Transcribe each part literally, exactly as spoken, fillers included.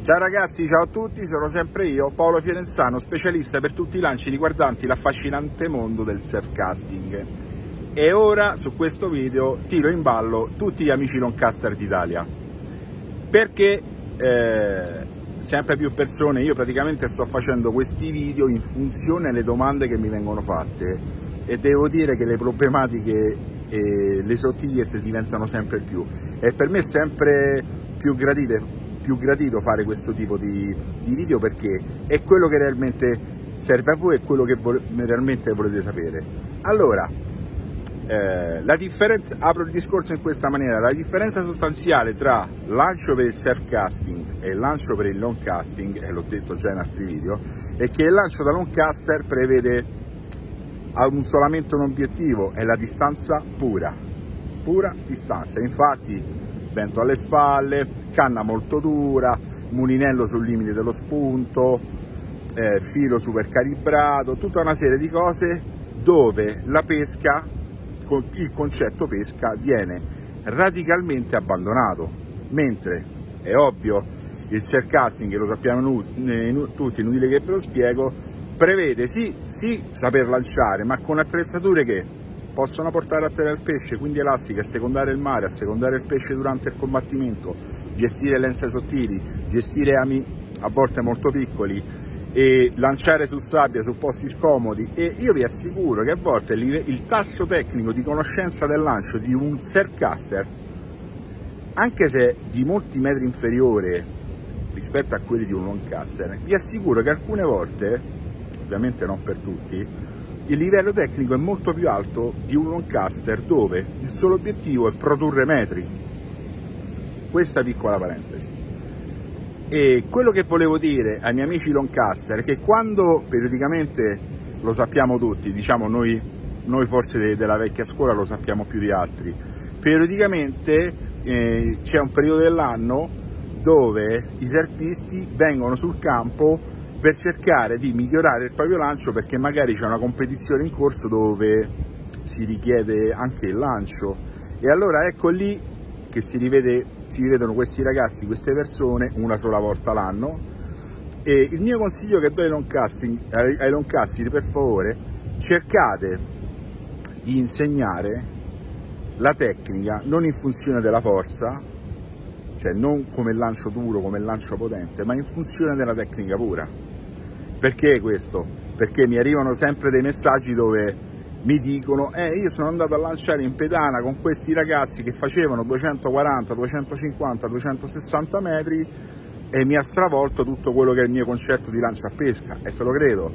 Ciao ragazzi, ciao a tutti, sono sempre io, Paolo Fiorenzano, specialista per tutti i lanci riguardanti l'affascinante mondo del surfcasting. E ora su questo video tiro in ballo tutti gli amici Loncasser d'Italia, perché eh, sempre più persone, io praticamente sto facendo questi video in funzione alle domande che mi vengono fatte e devo dire che le problematiche e le sottigliezze diventano sempre più, e per me è sempre più gradite più gradito fare questo tipo di, di video, perché è quello che realmente serve a voi e quello che vo- realmente volete sapere. Allora, eh, la differenza, apro il discorso in questa maniera: la differenza sostanziale tra lancio per il surfcasting e il lancio per il longcasting, e l'ho detto già in altri video, è che il lancio da longcaster prevede un solamente un obiettivo, è la distanza pura, pura distanza. Infatti vento alle spalle, canna molto dura, mulinello sul limite dello spunto, eh, filo super calibrato, tutta una serie di cose dove la pesca, il concetto pesca viene radicalmente abbandonato, mentre è ovvio il surfcasting, che lo sappiamo tutti, inutile che ve lo spiego, prevede sì, sì saper lanciare, ma con attrezzature che possono portare a terra il pesce, quindi elastiche, a secondare il mare, a secondare il pesce durante il combattimento, gestire lenze sottili, gestire ami a volte molto piccoli e lanciare su sabbia, su posti scomodi. E io vi assicuro che a volte il, il tasso tecnico di conoscenza del lancio di un surfcaster, anche se di molti metri inferiore rispetto a quelli di un longcaster, vi assicuro che alcune volte, ovviamente non per tutti, il livello tecnico è molto più alto di un longcaster dove il solo obiettivo è produrre metri. Questa piccola parentesi. E quello che volevo dire ai miei amici longcaster è che quando periodicamente, lo sappiamo tutti, diciamo noi, noi forse de, della vecchia scuola lo sappiamo più di altri, periodicamente eh, c'è un periodo dell'anno dove i surfisti vengono sul campo per cercare di migliorare il proprio lancio, perché magari c'è una competizione in corso dove si richiede anche il lancio. E allora ecco lì che si, rivede, si rivedono questi ragazzi, queste persone, una sola volta l'anno. E il mio consiglio che do ai longcasting, ai longcaster, per favore, cercate di insegnare la tecnica non in funzione della forza, cioè non come il lancio duro, come il lancio potente, ma in funzione della tecnica pura. Perché questo? Perché mi arrivano sempre dei messaggi dove mi dicono eh io sono andato a lanciare in pedana con questi ragazzi che facevano duecentoquaranta, duecentocinquanta, duecentosessanta metri e mi ha stravolto tutto quello che è il mio concetto di lancio a pesca, e te lo credo.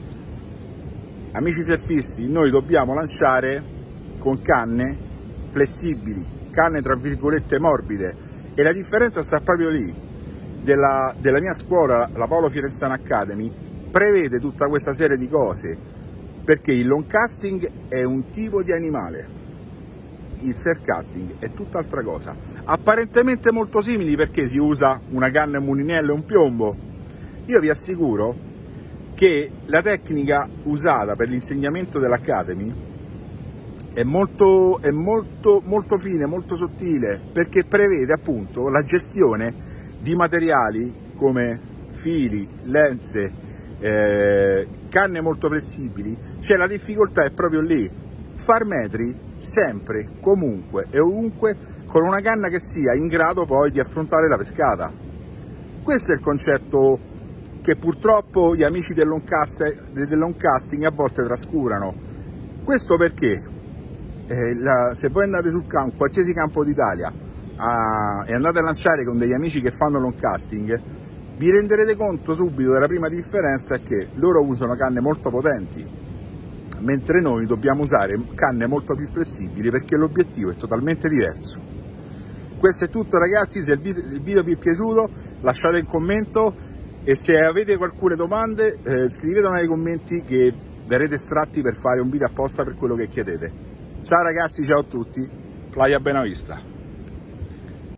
Amici surfisti, noi dobbiamo lanciare con canne flessibili, canne tra virgolette morbide, e la differenza sta proprio lì. Della, della mia scuola, la Paolo Fiorenzano Academy, prevede tutta questa serie di cose, perché il longcasting è un tipo di animale, il surfcasting è tutt'altra cosa, apparentemente molto simili perché si usa una canna, un mulinello e un piombo. Io vi assicuro che la tecnica usata per l'insegnamento dell'Academy è molto, è molto, molto fine, molto sottile, perché prevede appunto la gestione di materiali come fili, lenze, eh, canne molto flessibili. Cioè la difficoltà è proprio lì, far metri sempre, comunque e ovunque con una canna che sia in grado poi di affrontare la pescata. Questo è il concetto che purtroppo gli amici del longcasting, del longcasting a volte trascurano. Questo perché eh, la, se voi andate sul campo, qualsiasi campo d'Italia, a, e andate a lanciare con degli amici che fanno longcasting, vi renderete conto subito della prima differenza, è che loro usano canne molto potenti, mentre noi dobbiamo usare canne molto più flessibili perché l'obiettivo è totalmente diverso. Questo è tutto ragazzi, se il video, il video vi è piaciuto lasciate un commento, e se avete alcune domande eh, scrivetelo nei commenti che verrete estratti per fare un video apposta per quello che chiedete. Ciao ragazzi, ciao a tutti, Playa Benavista.